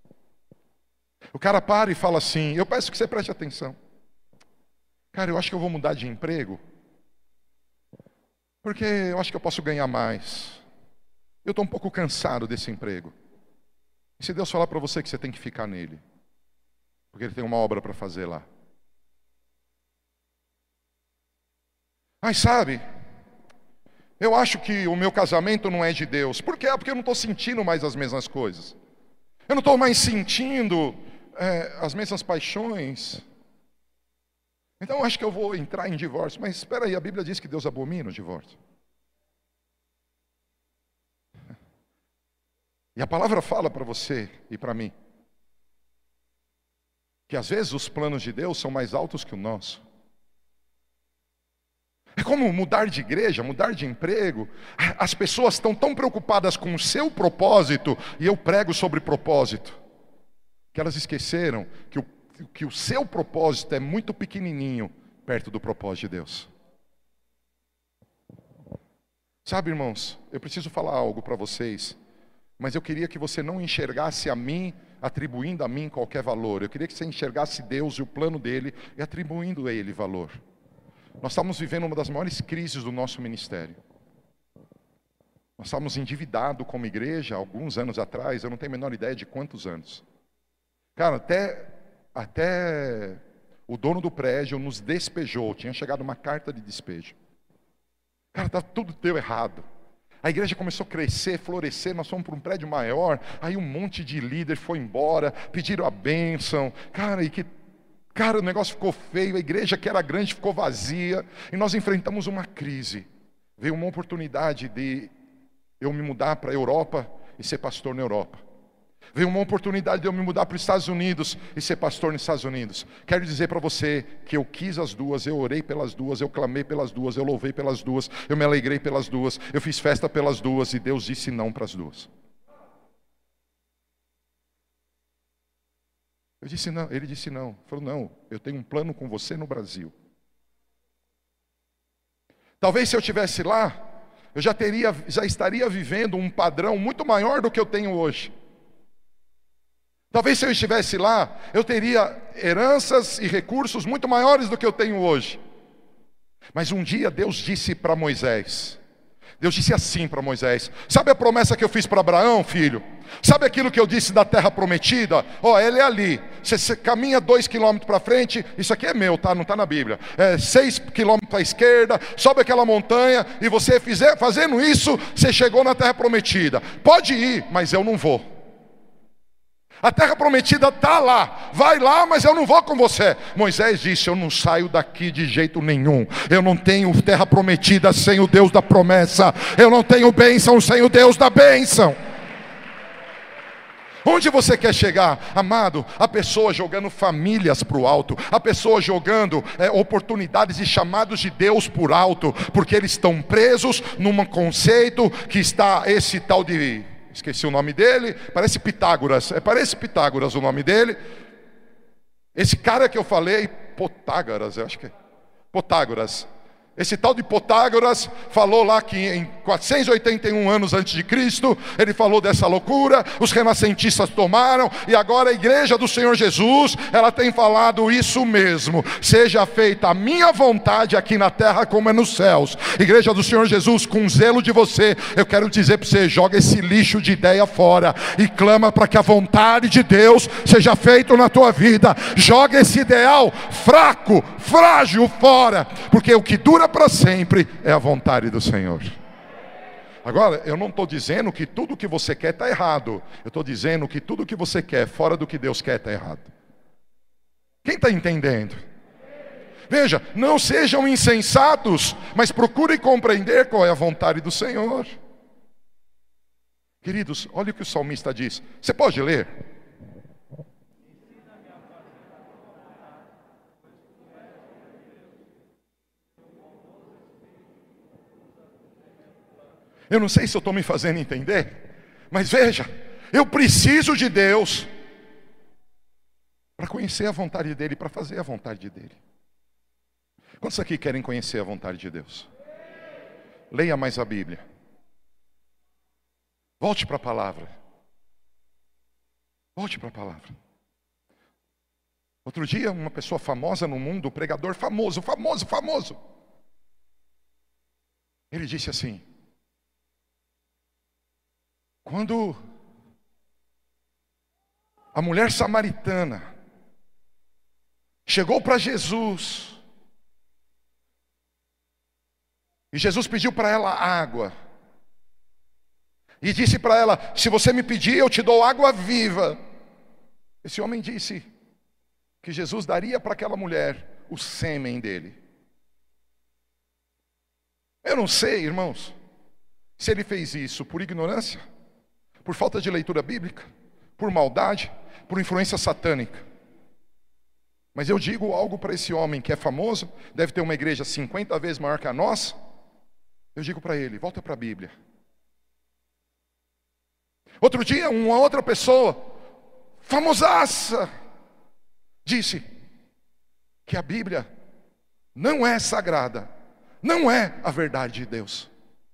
O cara para e fala assim, eu peço que você preste atenção. Cara, eu acho que eu vou mudar de emprego, porque eu acho que eu posso ganhar mais. Eu estou um pouco cansado desse emprego. E se Deus falar para você que você tem que ficar nele, porque ele tem uma obra para fazer lá. Mas sabe, eu acho que o meu casamento não é de Deus. Por quê? Porque eu não estou sentindo mais as mesmas coisas. Eu não estou mais sentindo é, as mesmas paixões. Então eu acho que eu vou entrar em divórcio. Mas espera aí, a Bíblia diz que Deus abomina o divórcio. E a palavra fala para você e para mim que às vezes os planos de Deus são mais altos que o nosso. É como mudar de igreja, mudar de emprego. As pessoas estão tão preocupadas com o seu propósito, e eu prego sobre propósito, que elas esqueceram que o, que o seu propósito é muito pequenininho perto do propósito de Deus. Sabe, irmãos, eu preciso falar algo para vocês, mas eu queria que você não enxergasse a mim, atribuindo a mim qualquer valor. Eu queria que você enxergasse Deus e o plano dele e atribuindo a ele valor. Nós estamos vivendo uma das maiores crises do nosso ministério. Nós estamos endividados como igreja, alguns anos atrás, eu não tenho a menor ideia de quantos anos. Cara, até até o dono do prédio nos despejou. Tinha chegado uma carta de despejo. Cara, tá, tudo deu errado. A igreja começou a crescer, florescer, nós fomos para um prédio maior, aí um monte de líder foi embora, pediram a bênção, cara, e que, cara, o negócio ficou feio, a igreja que era grande ficou vazia, e nós enfrentamos uma crise. Veio uma oportunidade de eu me mudar para a Europa e ser pastor na Europa. Veio uma oportunidade de eu me mudar para os Estados Unidos e ser pastor nos Estados Unidos. Quero dizer para você que eu quis as duas, eu orei pelas duas, eu clamei pelas duas, eu louvei pelas duas, eu me alegrei pelas duas, eu fiz festa pelas duas e Deus disse não para as duas. Eu disse não, ele disse não. Ele falou, não, eu tenho um plano com você no Brasil. Talvez se eu estivesse lá, eu já, teria, já estaria vivendo um padrão muito maior do que eu tenho hoje. Talvez se eu estivesse lá, eu teria heranças e recursos muito maiores do que eu tenho hoje. Mas um dia Deus disse para Moisés, Deus disse assim para Moisés, sabe a promessa que eu fiz para Abraão, filho? Sabe aquilo que eu disse da terra prometida? Ó, oh, ele é ali, você, você caminha dois quilômetros para frente, isso aqui é meu, tá? Não está na Bíblia. É seis quilômetros para a esquerda, sobe aquela montanha, e você fizer, fazendo isso, você chegou na terra prometida. Pode ir, mas eu não vou. A terra prometida está lá, vai lá, mas eu não vou com você. Moisés disse, eu não saio daqui de jeito nenhum. Eu não tenho terra prometida sem o Deus da promessa. Eu não tenho bênção sem o Deus da bênção. Onde você quer chegar, amado? A pessoa jogando famílias para o alto, a pessoa jogando é, oportunidades e chamados de Deus por alto, porque eles estão presos num conceito que está esse tal de... esqueci o nome dele, parece Pitágoras, é, parece Pitágoras o nome dele. Esse cara que eu falei, Potágoras, eu acho que é Potágoras. Esse tal de Potágoras falou lá que em quatrocentos e oitenta e um anos antes de Cristo, ele falou dessa loucura, os renascentistas tomaram, e agora a igreja do Senhor Jesus, ela tem falado isso mesmo, seja feita a minha vontade aqui na terra como é nos céus. Igreja do Senhor Jesus, com zelo de você, eu quero dizer para você, joga esse lixo de ideia fora, e clama para que a vontade de Deus seja feita na tua vida. Joga esse ideal fraco, frágil fora, porque o que dura para sempre é a vontade do Senhor. Agora, eu não estou dizendo que tudo que você quer está errado. Eu estou dizendo que tudo que você quer fora do que Deus quer está errado. Quem está entendendo? Veja, não sejam insensatos, mas procurem compreender qual é a vontade do Senhor. Queridos, olha o que o salmista diz. Você pode ler? Eu não sei se eu estou me fazendo entender, mas veja, eu preciso de Deus para conhecer a vontade dEle, para fazer a vontade dEle. Quantos aqui querem conhecer a vontade de Deus? Leia mais a Bíblia. Volte para a palavra. Volte para a palavra. Outro dia, uma pessoa famosa no mundo, um pregador famoso, famoso, famoso. Ele disse assim: quando a mulher samaritana chegou para Jesus, e Jesus pediu para ela água, e disse para ela: se você me pedir, eu te dou água viva. Esse homem disse que Jesus daria para aquela mulher o sêmen dele. Eu não sei, irmãos, se ele fez isso por ignorância, por falta de leitura bíblica, por maldade, por influência satânica. Mas eu digo algo para esse homem que é famoso, deve ter uma igreja cinquenta vezes maior que a nossa. Eu digo para ele: volta para a Bíblia. Outro dia, uma outra pessoa, famosaça, disse que a Bíblia não é sagrada, não é a verdade de Deus.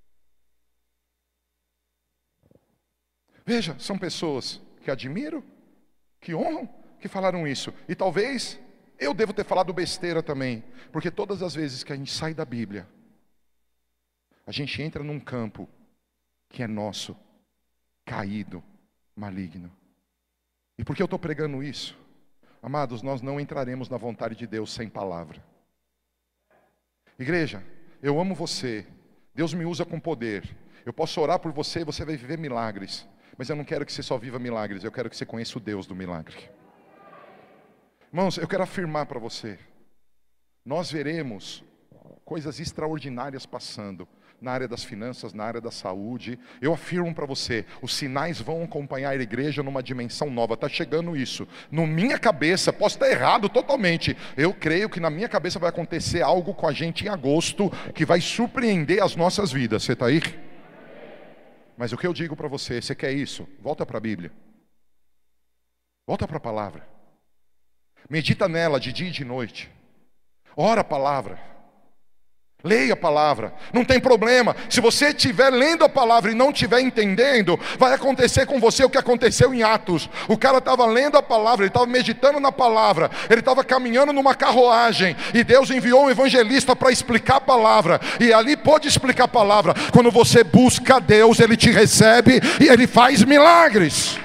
Veja, são pessoas que admiro, que honram, que falaram isso. E talvez eu devo ter falado besteira também, porque todas as vezes que a gente sai da Bíblia, a gente entra num campo que é nosso, caído, maligno. E por que eu estou pregando isso? Amados, nós não entraremos na vontade de Deus sem palavra. Igreja, eu amo você. Deus me usa com poder. Eu posso orar por você e você vai viver milagres. Mas eu não quero que você só viva milagres. Eu quero que você conheça o Deus do milagre. Irmãos, eu quero afirmar para você. Nós veremos coisas extraordinárias passando. Na área das finanças, na área da saúde. Eu afirmo para você, os sinais vão acompanhar a igreja numa dimensão nova. Está chegando isso. Na minha cabeça, posso estar errado totalmente. Eu creio que na minha cabeça vai acontecer algo com a gente em agosto, que vai surpreender as nossas vidas. Você está aí? Mas o que eu digo para você, você quer isso? Volta para a Bíblia. Volta para a palavra. Medita nela de dia e de noite. Ora a palavra. Leia a palavra, não tem problema. Se você estiver lendo a palavra e não estiver entendendo, vai acontecer com você o que aconteceu em Atos. O cara estava lendo a palavra, ele estava meditando na palavra, ele estava caminhando numa carruagem, e Deus enviou um evangelista para explicar a palavra, e ali pôde explicar a palavra. Quando você busca Deus, Ele te recebe e Ele faz milagres.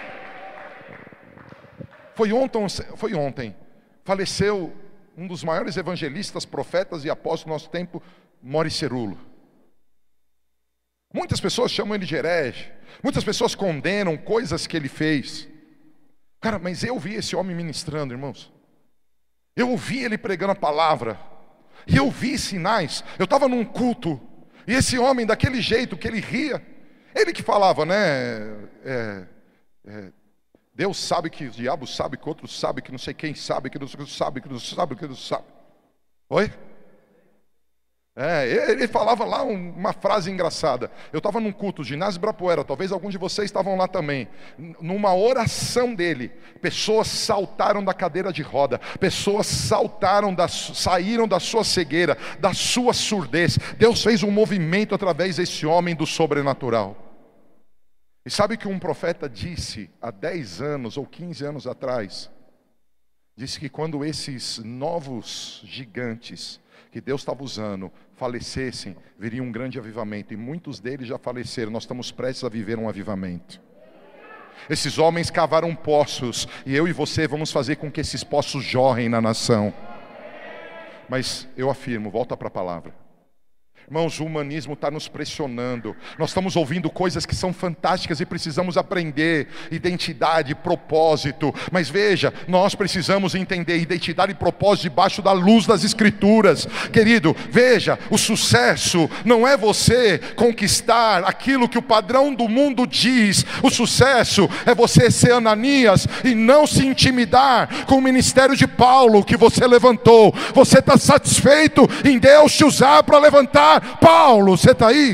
Foi ontem, foi ontem, faleceu um dos maiores evangelistas, profetas e apóstolos do nosso tempo, Morris Cerullo. Muitas pessoas chamam ele de herege, muitas pessoas condenam coisas que ele fez. Cara, mas eu vi esse homem ministrando, irmãos. Eu ouvi ele pregando a palavra, e eu vi sinais. Eu estava num culto, e esse homem, daquele jeito que ele ria, ele que falava, né, é, é, Deus sabe que o diabo sabe, que outro sabe, que não sei quem sabe, que não sabe, que não sabe, que não sabe. Oi? É, ele falava lá uma frase engraçada. Eu estava num culto, ginásio Ibirapuera, talvez alguns de vocês estavam lá também. Numa oração dele, pessoas saltaram da cadeira de roda, pessoas saltaram, da, saíram da sua cegueira, da sua surdez. Deus fez um movimento através desse homem do sobrenatural. E sabe que um profeta disse há dez anos ou quinze anos atrás? Disse que quando esses novos gigantes que Deus estava usando falecessem, viria um grande avivamento. E muitos deles já faleceram. Nós estamos prestes a viver um avivamento. Esses homens cavaram poços, e eu e você vamos fazer com que esses poços jorrem na nação. Mas eu afirmo, volta para a palavra. Irmãos, o humanismo está nos pressionando. Nós estamos ouvindo coisas que são fantásticas e precisamos aprender identidade, propósito. Mas veja, nós precisamos entender identidade e propósito debaixo da luz das Escrituras. Querido, veja, o sucesso não é você conquistar aquilo que o padrão do mundo diz. O sucesso é você ser Ananias e não se intimidar com o ministério de Paulo que você levantou. Você está satisfeito em Deus te usar para levantar Paulo, você está aí?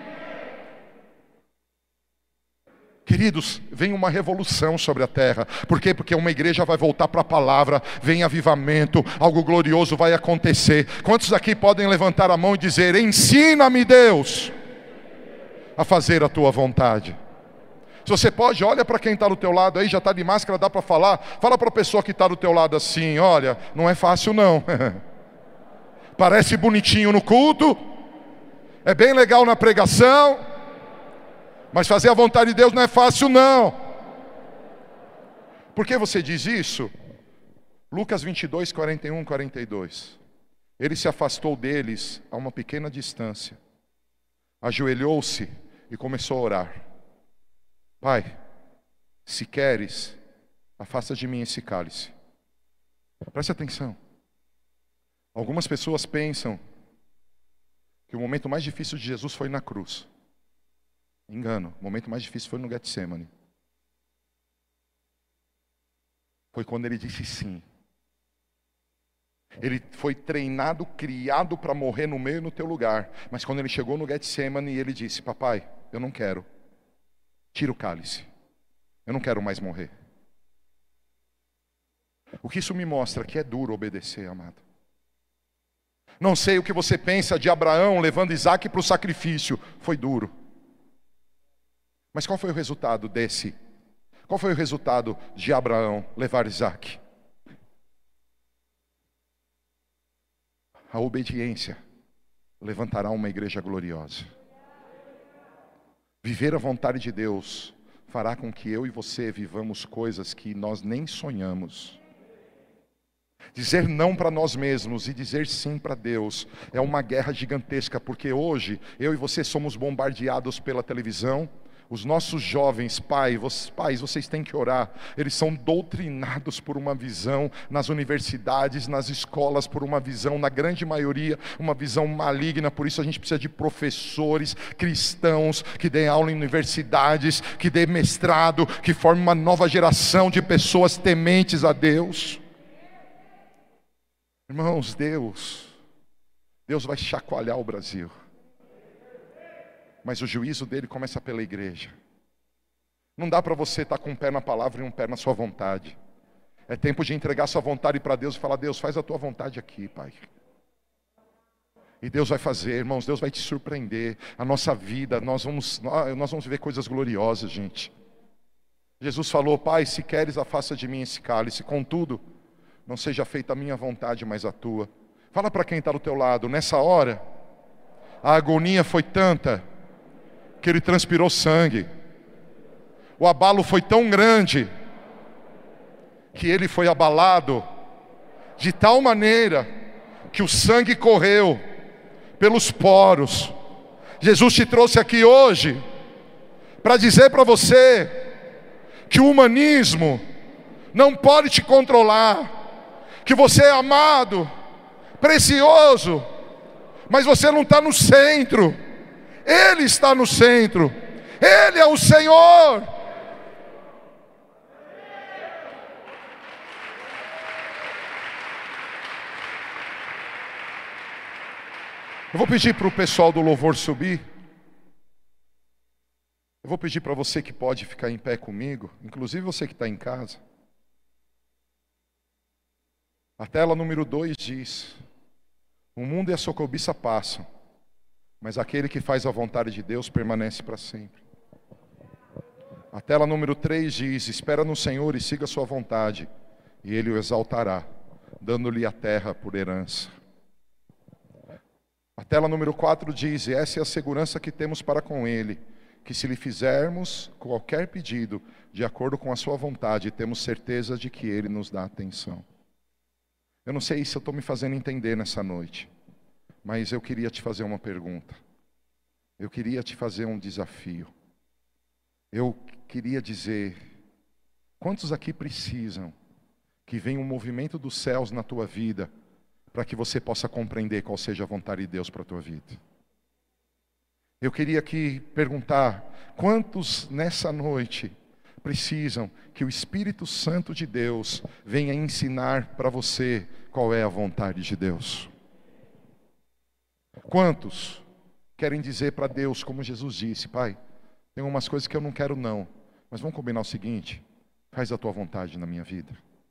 Queridos, vem uma revolução sobre a terra. Por quê? Porque uma igreja vai voltar para a palavra, vem avivamento, algo glorioso vai acontecer. Quantos aqui podem levantar a mão e dizer: ensina-me, Deus, a fazer a tua vontade? Se você pode, olha para quem está do teu lado aí, já está de máscara, dá para falar. Fala para a pessoa que está do teu lado assim: olha, não é fácil não. Parece bonitinho no culto, é bem legal na pregação, mas fazer a vontade de Deus não é fácil não. Por que você diz isso? Lucas vinte e dois, quarenta e um, quarenta e dois. Ele se afastou deles a uma pequena distância, ajoelhou-se e começou a orar. Pai, se queres, afasta de mim esse cálice. Preste atenção. Algumas pessoas pensam que o momento mais difícil de Jesus foi na cruz. Engano, o momento mais difícil foi no Getsemane. Foi quando ele disse sim. Ele foi treinado, criado para morrer no meio e no teu lugar. Mas quando ele chegou no Getsemane, ele disse: papai, eu não quero. Tira o cálice. Eu não quero mais morrer. O que isso me mostra? Que é duro obedecer, amado. Não sei o que você pensa de Abraão levando Isaac para o sacrifício. Foi duro. Mas qual foi o resultado desse? Qual foi o resultado de Abraão levar Isaac? A obediência levantará uma igreja gloriosa. Viver a vontade de Deus fará com que eu e você vivamos coisas que nós nem sonhamos. Dizer não para nós mesmos e dizer sim para Deus é uma guerra gigantesca, porque hoje eu e você somos bombardeados pela televisão. Os nossos jovens, pai, vocês, pais, vocês têm que orar. Eles são doutrinados por uma visão nas universidades, nas escolas, por uma visão, na grande maioria, uma visão maligna. Por isso a gente precisa de professores cristãos que deem aula em universidades, que deem mestrado, que formem uma nova geração de pessoas tementes a Deus. Irmãos, Deus, Deus vai chacoalhar o Brasil. Mas o juízo dele começa pela igreja. Não dá para você estar com um pé na palavra e um pé na sua vontade. É tempo de entregar sua vontade para Deus e falar: Deus, faz a tua vontade aqui, Pai. E Deus vai fazer, irmãos, Deus vai te surpreender. A nossa vida, nós vamos, nós vamos ver coisas gloriosas, gente. Jesus falou: Pai, se queres, afasta de mim esse cálice. Contudo, não seja feita a minha vontade, mas a tua. Fala para quem está do teu lado: nessa hora, a agonia foi tanta que ele transpirou sangue. O abalo foi tão grande que ele foi abalado de tal maneira que o sangue correu pelos poros. Jesus te trouxe aqui hoje para dizer para você que o humanismo não pode te controlar, que você é amado, precioso, mas você não está no centro. Ele está no centro. Ele é o Senhor. Eu vou pedir para o pessoal do louvor subir. Eu vou pedir para você que pode ficar em pé comigo, inclusive você que está em casa. A tela número dois diz: o mundo e a sua cobiça passam, mas aquele que faz a vontade de Deus permanece para sempre. A tela número três diz: espera no Senhor e siga a sua vontade, e Ele o exaltará, dando-lhe a terra por herança. A tela número quatro diz: e essa é a segurança que temos para com Ele, que se lhe fizermos qualquer pedido, de acordo com a sua vontade, temos certeza de que Ele nos dá atenção. Eu não sei se eu estou me fazendo entender nessa noite, mas eu queria te fazer uma pergunta. Eu queria te fazer um desafio. Eu queria dizer: quantos aqui precisam que venha um movimento dos céus na tua vida, para que você possa compreender qual seja a vontade de Deus para a tua vida? Eu queria aqui perguntar: quantos nessa noite precisam que o Espírito Santo de Deus venha ensinar para você qual é a vontade de Deus? Quantos querem dizer para Deus, como Jesus disse: Pai, tem umas coisas que eu não quero não, mas vamos combinar o seguinte: faz a tua vontade na minha vida.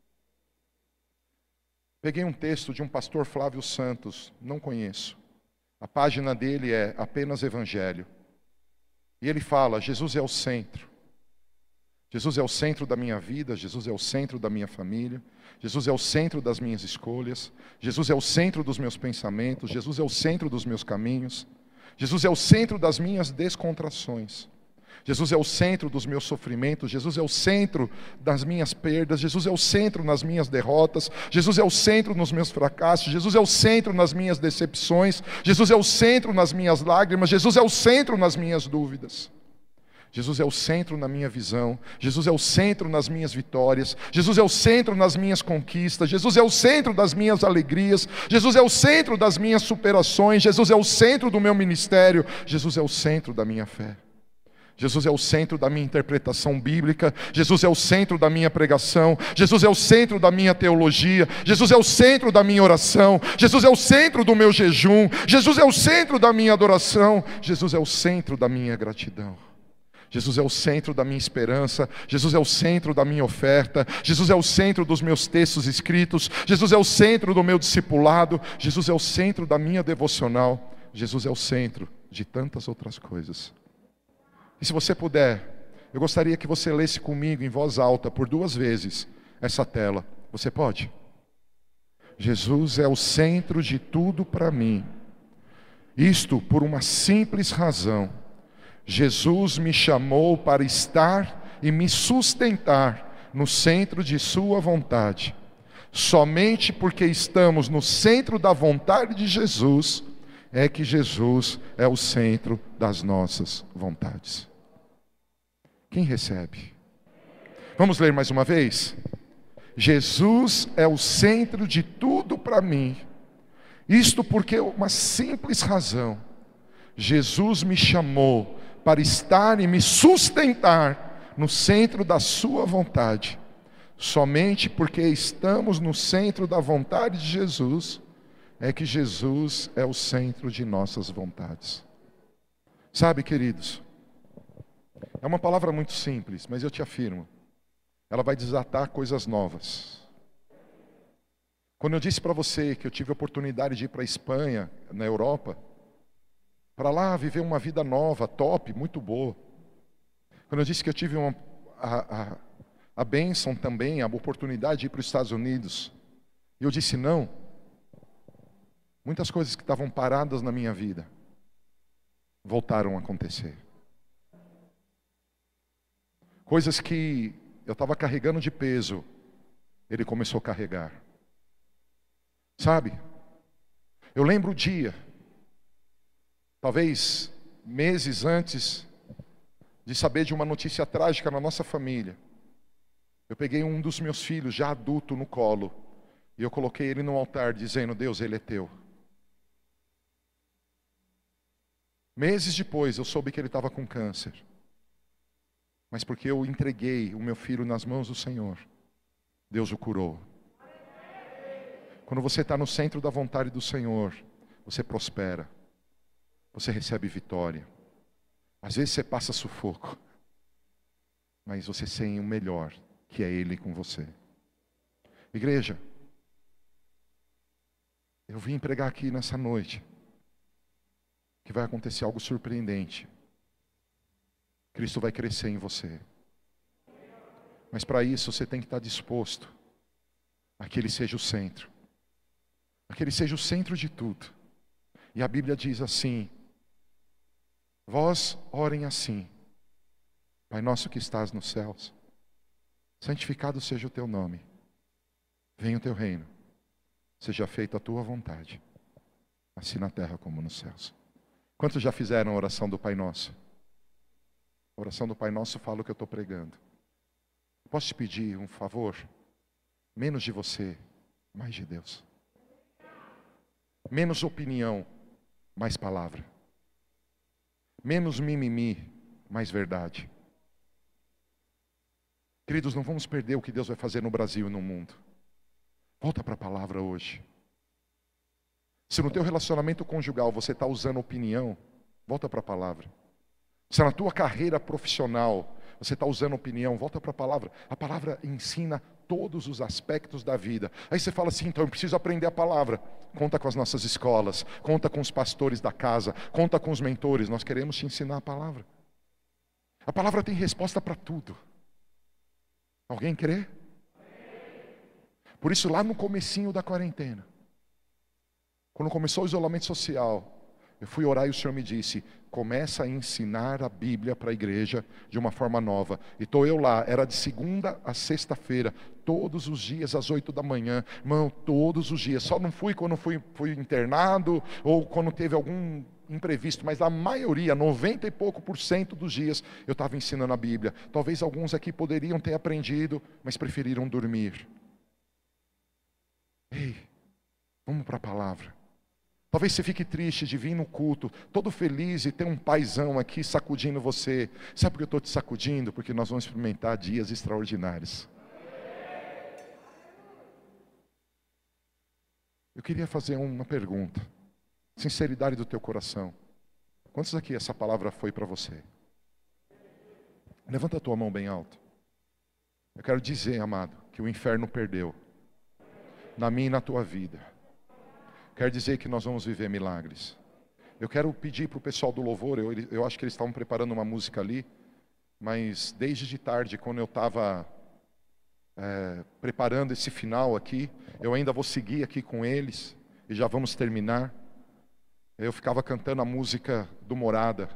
Peguei um texto de um pastor Flávio Santos, não conheço. A página dele é Apenas Evangelho. E ele fala: Jesus é o centro. Jesus é o centro da minha vida, Jesus é o centro da minha família, Jesus é o centro das minhas escolhas, Jesus é o centro dos meus pensamentos, Jesus é o centro dos meus caminhos, Jesus é o centro das minhas descontrações, Jesus é o centro dos meus sofrimentos, Jesus é o centro das minhas perdas, Jesus é o centro nas minhas derrotas, Jesus é o centro nos meus fracassos, Jesus é o centro nas minhas decepções, Jesus é o centro nas minhas lágrimas, Jesus é o centro nas minhas dúvidas. Jesus é o centro na minha visão, Jesus é o centro nas minhas vitórias, Jesus é o centro nas minhas conquistas, Jesus é o centro das minhas alegrias, Jesus é o centro das minhas superações, Jesus é o centro do meu ministério, Jesus é o centro da minha fé. Jesus é o centro da minha interpretação bíblica, Jesus é o centro da minha pregação, Jesus é o centro da minha teologia, Jesus é o centro da minha oração, Jesus é o centro do meu jejum, Jesus é o centro da minha adoração, Jesus é o centro da minha gratidão. Jesus é o centro da minha esperança, Jesus é o centro da minha oferta, Jesus é o centro dos meus textos escritos, Jesus é o centro do meu discipulado, Jesus é o centro da minha devocional, Jesus é o centro de tantas outras coisas. E se você puder, eu gostaria que você lesse comigo em voz alta por duas vezes essa tela. Você pode? Jesus é o centro de tudo para mim. Isto por uma simples razão. Jesus me chamou para estar e me sustentar no centro de sua vontade. Somente porque estamos no centro da vontade de Jesus, é que Jesus é o centro das nossas vontades. Quem recebe? Vamos ler mais uma vez? Jesus é o centro de tudo para mim. Isto porque uma simples razão. Jesus me chamou para estar e me sustentar no centro da sua vontade. Somente porque estamos no centro da vontade de Jesus, é que Jesus é o centro de nossas vontades. Sabe, queridos, é uma palavra muito simples, mas eu te afirmo, ela vai desatar coisas novas. Quando eu disse para você que eu tive a oportunidade de ir para a Espanha, na Europa, para lá viver uma vida nova, top, muito boa. Quando eu disse que eu tive uma, a, a, a bênção também, a oportunidade de ir para os Estados Unidos, e eu disse não, muitas coisas que estavam paradas na minha vida voltaram a acontecer. Coisas que eu estava carregando de peso, ele começou a carregar. Sabe? Eu lembro o dia, talvez meses antes de saber de uma notícia trágica na nossa família. Eu peguei um dos meus filhos, já adulto, no colo, e eu coloquei ele no altar, dizendo: Deus, ele é teu. Meses depois, eu soube que ele estava com câncer. Mas porque eu entreguei o meu filho nas mãos do Senhor, Deus o curou. Quando você está no centro da vontade do Senhor, você prospera, você recebe vitória. Às vezes você passa sufoco, mas você tem o melhor, que é Ele com você. Igreja, eu vim pregar aqui nessa noite, que vai acontecer algo surpreendente. Cristo vai crescer em você. Mas para isso você tem que estar disposto a que Ele seja o centro. A que Ele seja o centro de tudo. E a Bíblia diz assim: vós orem assim: Pai nosso que estás nos céus, santificado seja o teu nome. Venha o teu reino. Seja feita a tua vontade, assim na terra como nos céus. Quantos já fizeram a oração do Pai Nosso? A oração do Pai Nosso fala o que eu estou pregando. Posso te pedir um favor? Menos de você, mais de Deus. Menos opinião, mais palavra. Menos mimimi, mais verdade. Queridos, não vamos perder o que Deus vai fazer no Brasil e no mundo. Volta para a palavra hoje. Se no teu relacionamento conjugal você está usando opinião, volta para a palavra. Se na tua carreira profissional você está usando opinião, volta para a palavra. A palavra ensina todos os aspectos da vida. Aí você fala assim: então eu preciso aprender a palavra. Conta com as nossas escolas, conta com os pastores da casa, conta com os mentores. Nós queremos te ensinar a palavra. A palavra tem resposta para tudo. Alguém crê? Por isso, lá no comecinho da quarentena, quando começou o isolamento social, eu fui orar e o Senhor me disse: começa a ensinar a Bíblia para a igreja de uma forma nova. E estou eu lá, era de segunda a sexta-feira, todos os dias às oito da manhã, irmão, todos os dias. Só não fui quando fui, fui internado ou quando teve algum imprevisto, mas a maioria, noventa e pouco por cento dos dias, eu estava ensinando a Bíblia. Talvez alguns aqui poderiam ter aprendido, mas preferiram dormir. Ei, vamos para a palavra. Talvez você fique triste de vir no culto, todo feliz e ter um paizão aqui sacudindo você. Sabe por que eu estou te sacudindo? Porque nós vamos experimentar dias extraordinários. Eu queria fazer uma pergunta. Sinceridade do teu coração. Quantos aqui essa palavra foi para você? Levanta a tua mão bem alto. Eu quero dizer, amado, que o inferno perdeu. Na minha e na tua vida. Quer dizer que nós vamos viver milagres. Eu quero pedir para o pessoal do louvor, eu, eu acho que eles estavam preparando uma música ali, mas desde de tarde, quando eu estava é, preparando esse final aqui, eu ainda vou seguir aqui com eles, e já vamos terminar. Eu ficava cantando a música do Morada,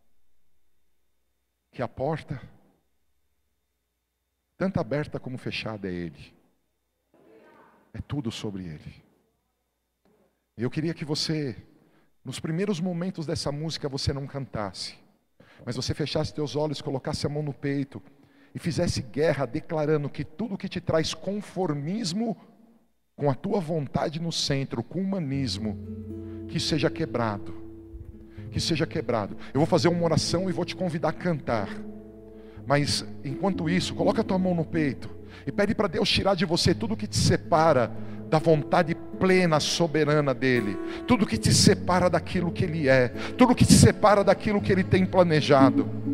que a porta, tanto aberta como fechada, é Ele. É tudo sobre Ele. Eu queria que você, nos primeiros momentos dessa música, você não cantasse, mas você fechasse teus olhos, colocasse a mão no peito e fizesse guerra, declarando que tudo que te traz conformismo com a tua vontade no centro, com o humanismo, que seja quebrado, que seja quebrado. Eu vou fazer uma oração e vou te convidar a cantar, mas enquanto isso, coloca a tua mão no peito e pede para Deus tirar de você tudo que te separa da vontade plena, soberana dEle, tudo que te separa daquilo que Ele é, tudo que te separa daquilo que Ele tem planejado.